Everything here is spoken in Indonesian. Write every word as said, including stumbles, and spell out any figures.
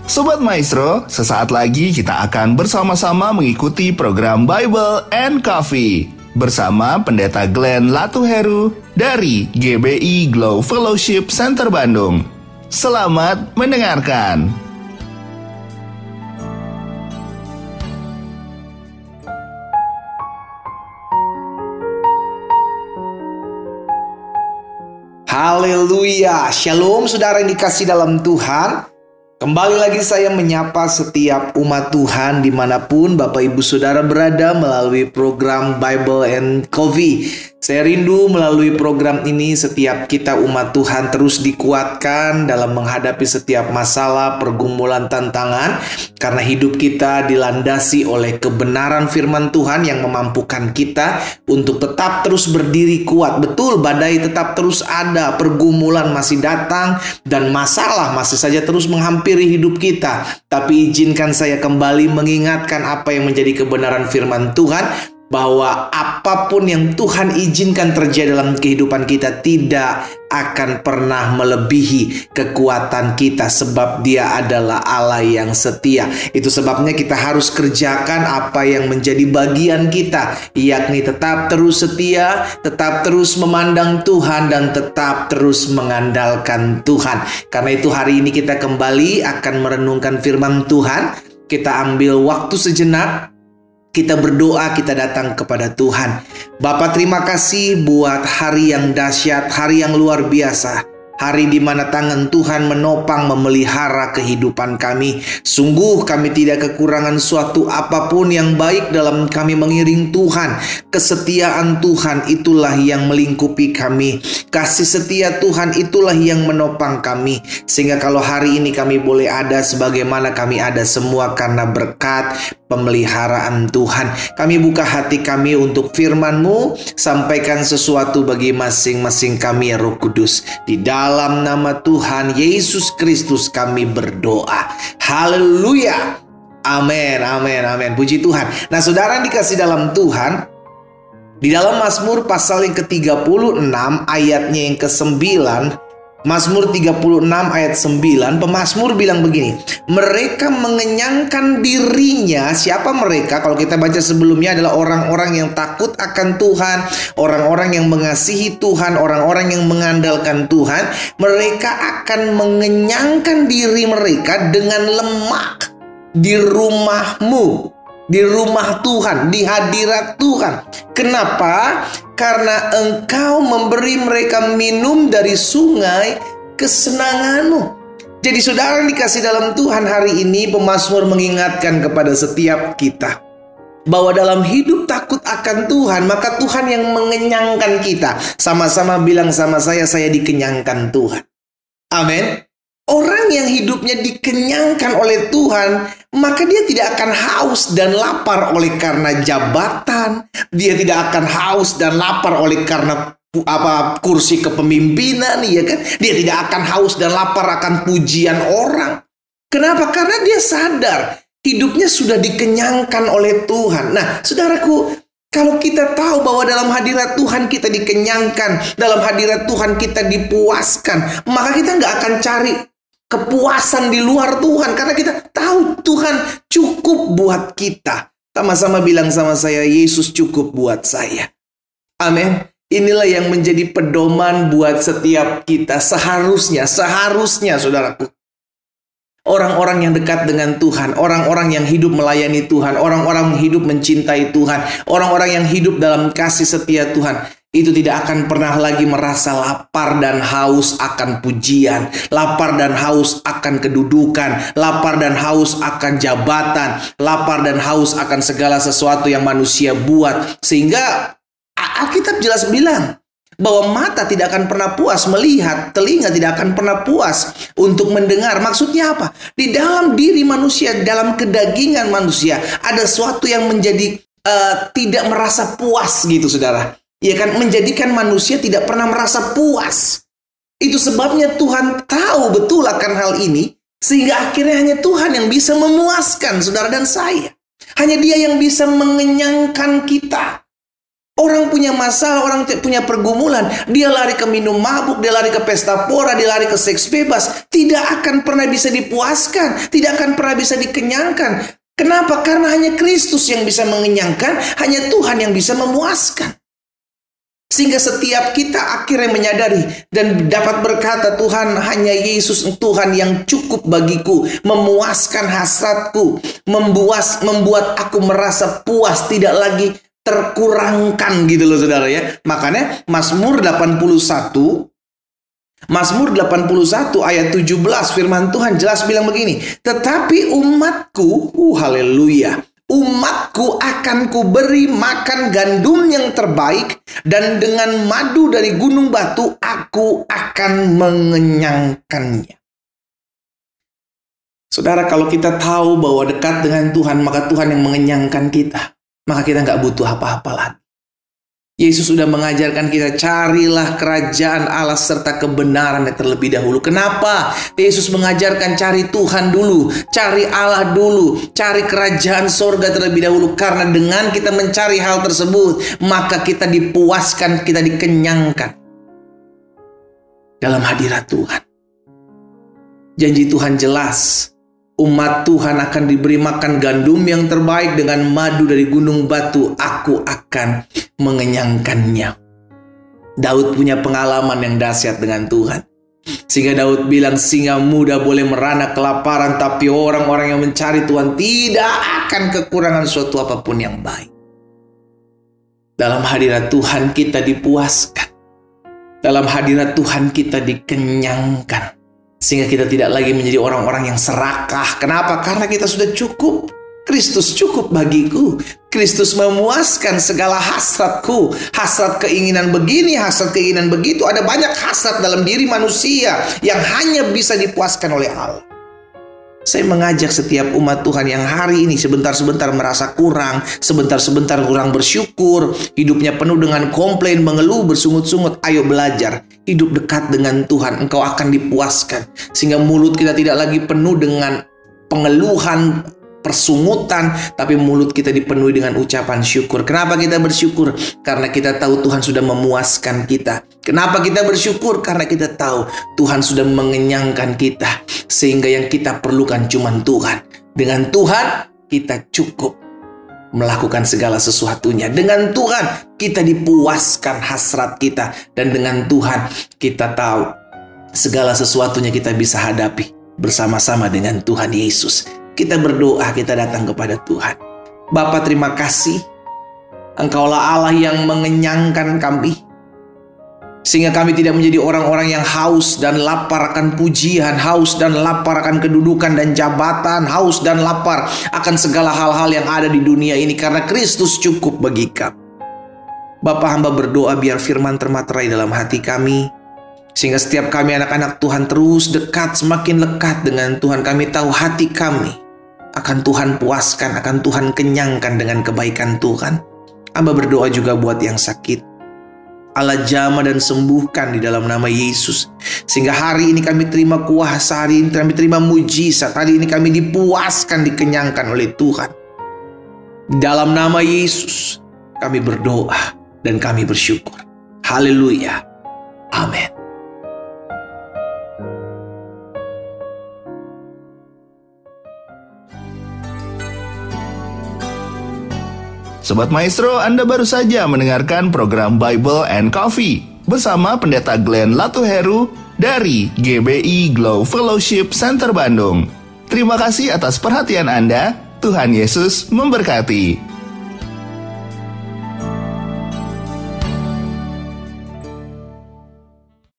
Sobat Maestro, sesaat lagi kita akan bersama-sama mengikuti program Bible and Coffee bersama Pendeta Glenn Latuheru dari G B I Glow Fellowship Center Bandung. Selamat mendengarkan. Haleluya, shalom saudara yang dikasih dalam Tuhan. Kembali lagi saya menyapa setiap umat Tuhan dimanapun Bapak Ibu Saudara berada melalui program Bible and Coffee. Saya rindu melalui program ini setiap kita umat Tuhan terus dikuatkan dalam menghadapi setiap masalah, pergumulan, tantangan. Karena hidup kita dilandasi oleh kebenaran firman Tuhan yang memampukan kita untuk tetap terus berdiri kuat. Betul, badai tetap terus ada, pergumulan masih datang, dan masalah masih saja terus menghampiri hidup kita. Tapi izinkan saya kembali mengingatkan apa yang menjadi kebenaran firman Tuhan, bahwa apapun yang Tuhan izinkan terjadi dalam kehidupan kita tidak akan pernah melebihi kekuatan kita, sebab Dia adalah Allah yang setia. Itu sebabnya kita harus kerjakan apa yang menjadi bagian kita, yakni tetap terus setia, tetap terus memandang Tuhan, dan tetap terus mengandalkan Tuhan. Karena itu hari ini kita kembali akan merenungkan firman Tuhan. Kita ambil waktu sejenak, kita berdoa, kita datang kepada Tuhan. Bapa, terima kasih buat hari yang dahsyat, hari yang luar biasa. Hari di mana tangan Tuhan menopang memelihara kehidupan kami. Sungguh kami tidak kekurangan suatu apapun yang baik dalam kami mengiring Tuhan. Kesetiaan Tuhan itulah yang melingkupi kami. Kasih setia Tuhan itulah yang menopang kami. Sehingga kalau hari ini kami boleh ada sebagaimana kami ada semua karena berkat pemeliharaan Tuhan. Kami buka hati kami untuk firman-Mu. Sampaikan sesuatu bagi masing-masing kami, ya Roh Kudus. Di dalam nama Tuhan Yesus Kristus kami berdoa. Haleluya. Amin, amin, amin. Puji Tuhan. Nah, saudara yang dikasih dalam Tuhan, di dalam Mazmur pasal yang ke tiga puluh enam ayatnya yang ke sembilan, Mazmur tiga puluh enam ayat sembilan, pemazmur bilang begini, mereka mengenyangkan dirinya. Siapa mereka? Kalau kita baca sebelumnya adalah orang-orang yang takut akan Tuhan, orang-orang yang mengasihi Tuhan, orang-orang yang mengandalkan Tuhan. Mereka akan mengenyangkan diri mereka dengan lemak di rumah-Mu, di rumah Tuhan, di hadirat Tuhan. Kenapa? Karena Engkau memberi mereka minum dari sungai kesenangan-Mu. Jadi saudara yang dikasih dalam Tuhan, hari ini pemazmur mengingatkan kepada setiap kita bahwa dalam hidup takut akan Tuhan, maka Tuhan yang mengenyangkan kita. Sama-sama bilang sama saya, saya dikenyangkan Tuhan. Amin. Orang yang hidupnya dikenyangkan oleh Tuhan, maka dia tidak akan haus dan lapar oleh karena jabatan. Dia tidak akan haus dan lapar oleh karena apa kursi kepemimpinan, ya kan? Dia tidak akan haus dan lapar akan pujian orang. Kenapa? Karena dia sadar hidupnya sudah dikenyangkan oleh Tuhan. Nah, saudaraku, kalau kita tahu bahwa dalam hadirat Tuhan kita dikenyangkan, dalam hadirat Tuhan kita dipuaskan, maka kita nggak akan cari kepuasan di luar Tuhan, karena kita tahu Tuhan cukup buat kita. Sama-sama bilang sama saya, Yesus cukup buat saya. Amin. Inilah yang menjadi pedoman buat setiap kita. Seharusnya, seharusnya saudaraku, orang-orang yang dekat dengan Tuhan, orang-orang yang hidup melayani Tuhan, orang-orang yang hidup mencintai Tuhan, orang-orang yang hidup dalam kasih setia Tuhan, itu tidak akan pernah lagi merasa lapar dan haus akan pujian, lapar dan haus akan kedudukan, lapar dan haus akan jabatan, lapar dan haus akan segala sesuatu yang manusia buat. Sehingga Alkitab jelas bilang bahwa mata tidak akan pernah puas melihat, telinga tidak akan pernah puas untuk mendengar. Maksudnya apa? Di dalam diri manusia, dalam kedagingan manusia, ada sesuatu yang menjadi uh, tidak merasa puas gitu, saudara. Ya kan, menjadikan manusia tidak pernah merasa puas. Itu sebabnya Tuhan tahu betul akan hal ini, sehingga akhirnya hanya Tuhan yang bisa memuaskan saudara dan saya. Hanya Dia yang bisa mengenyangkan kita. Orang punya masalah, orang punya pergumulan, dia lari ke minum mabuk, dia lari ke pesta pora, dia lari ke seks bebas, tidak akan pernah bisa dipuaskan, tidak akan pernah bisa dikenyangkan. Kenapa? Karena hanya Kristus yang bisa mengenyangkan, hanya Tuhan yang bisa memuaskan. Sehingga setiap kita akhirnya menyadari dan dapat berkata, Tuhan, hanya Yesus Tuhan yang cukup bagiku, memuaskan hasratku, membuas, membuat aku merasa puas, tidak lagi terkurangkan gitu loh saudara ya. Makanya Mazmur delapan puluh satu Mazmur delapan puluh satu ayat tujuh belas firman Tuhan jelas bilang begini, tetapi umatku, uh, haleluya, umatku akan kuberi makan gandum yang terbaik, dan dengan madu dari gunung batu aku akan mengenyangkannya. Saudara, kalau kita tahu bahwa dekat dengan Tuhan, maka Tuhan yang mengenyangkan kita, maka kita nggak butuh apa-apa lagi. Yesus sudah mengajarkan kita, carilah kerajaan Allah serta kebenaran yang terlebih dahulu. Kenapa? Yesus mengajarkan cari Tuhan dulu, cari Allah dulu, cari kerajaan sorga terlebih dahulu. Karena dengan kita mencari hal tersebut, maka kita dipuaskan, kita dikenyangkan dalam hadirat Tuhan. Janji Tuhan jelas. Umat Tuhan akan diberi makan gandum yang terbaik, dengan madu dari gunung batu aku akan mengenyangkannya. Daud punya pengalaman yang dahsyat dengan Tuhan. Sehingga Daud bilang, singa muda boleh merana kelaparan, tapi orang-orang yang mencari Tuhan tidak akan kekurangan suatu apapun yang baik. Dalam hadirat Tuhan kita dipuaskan. Dalam hadirat Tuhan kita dikenyangkan. Sehingga kita tidak lagi menjadi orang-orang yang serakah. Kenapa? Karena kita sudah cukup. Kristus cukup bagiku. Kristus memuaskan segala hasratku. Hasrat keinginan begini, hasrat keinginan begitu. Ada banyak hasrat dalam diri manusia yang hanya bisa dipuaskan oleh Allah. Saya mengajak setiap umat Tuhan yang hari ini sebentar-sebentar merasa kurang, sebentar-sebentar kurang bersyukur, hidupnya penuh dengan komplain, mengeluh, bersungut-sungut. Ayo belajar, hidup dekat dengan Tuhan, engkau akan dipuaskan. Sehingga mulut kita tidak lagi penuh dengan pengeluhan, persungutan, tapi mulut kita dipenuhi dengan ucapan syukur. Kenapa kita bersyukur? Karena kita tahu Tuhan sudah memuaskan kita. Kenapa kita bersyukur? Karena kita tahu Tuhan sudah mengenyangkan kita. Sehingga yang kita perlukan cuma Tuhan. Dengan Tuhan kita cukup melakukan segala sesuatunya. Dengan Tuhan kita dipuaskan hasrat kita. Dan dengan Tuhan kita tahu segala sesuatunya kita bisa hadapi bersama-sama dengan Tuhan Yesus. Kita berdoa, kita datang kepada Tuhan. Bapa, terima kasih. Engkaulah Allah yang mengenyangkan kami. Sehingga kami tidak menjadi orang-orang yang haus dan lapar akan pujian, haus dan lapar akan kedudukan dan jabatan, haus dan lapar akan segala hal-hal yang ada di dunia ini. Karena Kristus cukup bagi kami. Bapa, hamba berdoa biar firman termaterai dalam hati kami. Sehingga setiap kami anak-anak Tuhan terus dekat, semakin lekat dengan Tuhan. Kami tahu hati kami akan Tuhan puaskan, akan Tuhan kenyangkan dengan kebaikan Tuhan. Hamba berdoa juga buat yang sakit. Allah jamah dan sembuhkan di dalam nama Yesus. Sehingga hari ini kami terima kuasa, hari ini kami terima mujizat, hari ini kami dipuaskan, dikenyangkan oleh Tuhan. Di dalam nama Yesus kami berdoa dan kami bersyukur. Haleluya. Amin. Sobat Maestro, Anda baru saja mendengarkan program Bible and Coffee bersama Pendeta Glenn Latuheru dari G B I Glow Fellowship Center Bandung. Terima kasih atas perhatian Anda. Tuhan Yesus memberkati.